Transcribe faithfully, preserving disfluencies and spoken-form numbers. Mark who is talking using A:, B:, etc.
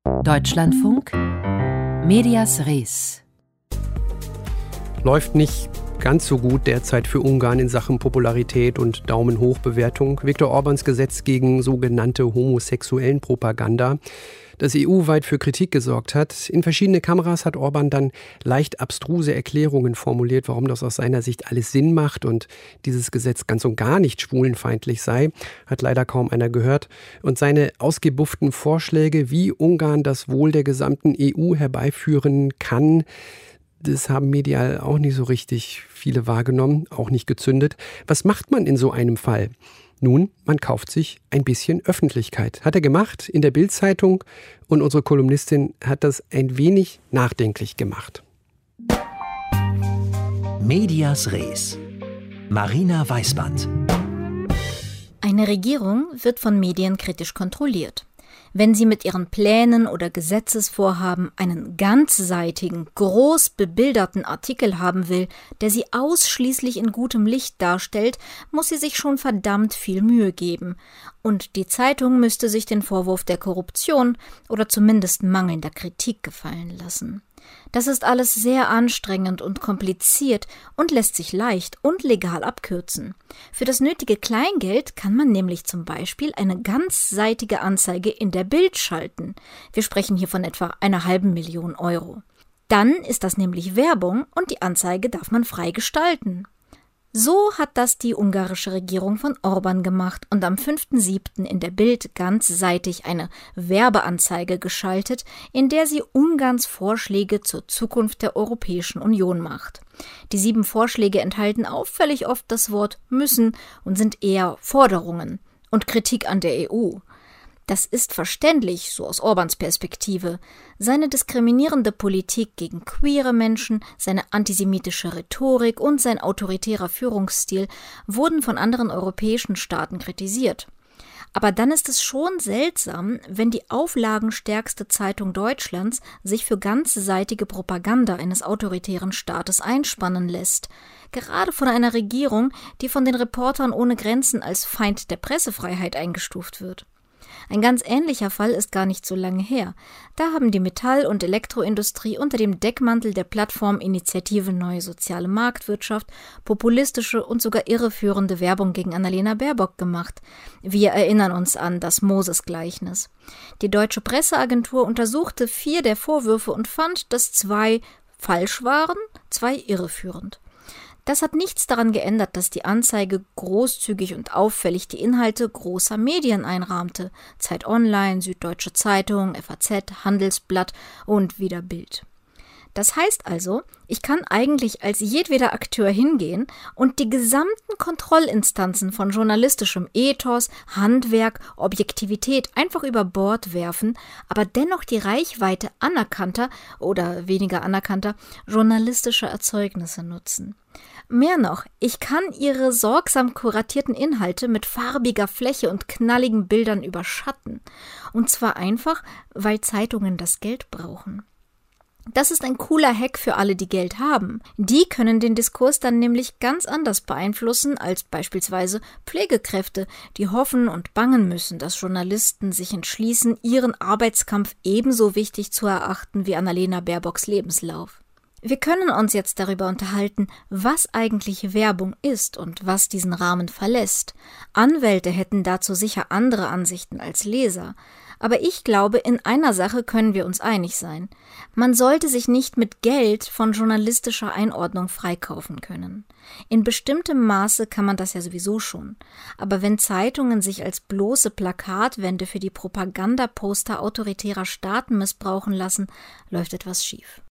A: Deutschlandfunk Medias Res.
B: Läuft nicht ganz so gut derzeit für Ungarn in Sachen Popularität und Daumen-hoch-Bewertung. Viktor Orbáns Gesetz gegen sogenannte homosexuellen Propaganda, das E U-weit für Kritik gesorgt hat. In verschiedene Kameras hat Orbán dann leicht abstruse Erklärungen formuliert, warum das aus seiner Sicht alles Sinn macht und dieses Gesetz ganz und gar nicht schwulenfeindlich sei. Hat leider kaum einer gehört. Und seine ausgebufften Vorschläge, wie Ungarn das Wohl der gesamten E U herbeiführen kann, das haben medial auch nicht so richtig viele wahrgenommen, auch nicht gezündet. Was macht man in so einem Fall? Nun, man kauft sich ein bisschen Öffentlichkeit. Hat er gemacht in der Bild-Zeitung und unsere Kolumnistin hat das ein wenig nachdenklich gemacht.
C: Medias Res. Marina Weißband.
D: Eine Regierung wird von Medien kritisch kontrolliert. Wenn sie mit ihren Plänen oder Gesetzesvorhaben einen ganzseitigen, groß bebilderten Artikel haben will, der sie ausschließlich in gutem Licht darstellt, muss sie sich schon verdammt viel Mühe geben. Und die Zeitung müsste sich den Vorwurf der Korruption oder zumindest mangelnder Kritik gefallen lassen. Das ist alles sehr anstrengend und kompliziert und lässt sich leicht und legal abkürzen. Für das nötige Kleingeld kann man nämlich zum Beispiel eine ganzseitige Anzeige in der Bild schalten. Wir sprechen hier von etwa einer halben Million Euro. Dann ist das nämlich Werbung und die Anzeige darf man frei gestalten. So hat das die ungarische Regierung von Orbán gemacht und am fünften siebten in der Bild ganzseitig eine Werbeanzeige geschaltet, in der sie Ungarns Vorschläge zur Zukunft der Europäischen Union macht. Die sieben Vorschläge enthalten auffällig oft das Wort müssen und sind eher Forderungen und Kritik an der E U. Das ist verständlich, so aus Orbáns Perspektive. Seine diskriminierende Politik gegen queere Menschen, seine antisemitische Rhetorik und sein autoritärer Führungsstil wurden von anderen europäischen Staaten kritisiert. Aber dann ist es schon seltsam, wenn die auflagenstärkste Zeitung Deutschlands sich für ganzseitige Propaganda eines autoritären Staates einspannen lässt. Gerade von einer Regierung, die von den Reportern ohne Grenzen als Feind der Pressefreiheit eingestuft wird. Ein ganz ähnlicher Fall ist gar nicht so lange her. Da haben die Metall- und Elektroindustrie unter dem Deckmantel der Plattform Initiative Neue Soziale Marktwirtschaft populistische und sogar irreführende Werbung gegen Annalena Baerbock gemacht. Wir erinnern uns an das Moses-Gleichnis. Die Deutsche Presseagentur untersuchte vier der Vorwürfe und fand, dass zwei falsch waren, zwei irreführend. Das hat nichts daran geändert, dass die Anzeige großzügig und auffällig die Inhalte großer Medien einrahmte. Zeit Online, Süddeutsche Zeitung, F A Z, Handelsblatt und wieder Bild. Das heißt also, ich kann eigentlich als jedweder Akteur hingehen und die gesamten Kontrollinstanzen von journalistischem Ethos, Handwerk, Objektivität einfach über Bord werfen, aber dennoch die Reichweite anerkannter oder weniger anerkannter journalistischer Erzeugnisse nutzen. Mehr noch, ich kann ihre sorgsam kuratierten Inhalte mit farbiger Fläche und knalligen Bildern überschatten. Und zwar einfach, weil Zeitungen das Geld brauchen. Das ist ein cooler Hack für alle, die Geld haben. Die können den Diskurs dann nämlich ganz anders beeinflussen als beispielsweise Pflegekräfte, die hoffen und bangen müssen, dass Journalisten sich entschließen, ihren Arbeitskampf ebenso wichtig zu erachten wie Annalena Baerbocks Lebenslauf. Wir können uns jetzt darüber unterhalten, was eigentlich Werbung ist und was diesen Rahmen verlässt. Anwälte hätten dazu sicher andere Ansichten als Leser. Aber ich glaube, in einer Sache können wir uns einig sein. Man sollte sich nicht mit Geld von journalistischer Einordnung freikaufen können. In bestimmtem Maße kann man das ja sowieso schon. Aber wenn Zeitungen sich als bloße Plakatwände für die Propagandaposter autoritärer Staaten missbrauchen lassen, läuft etwas schief.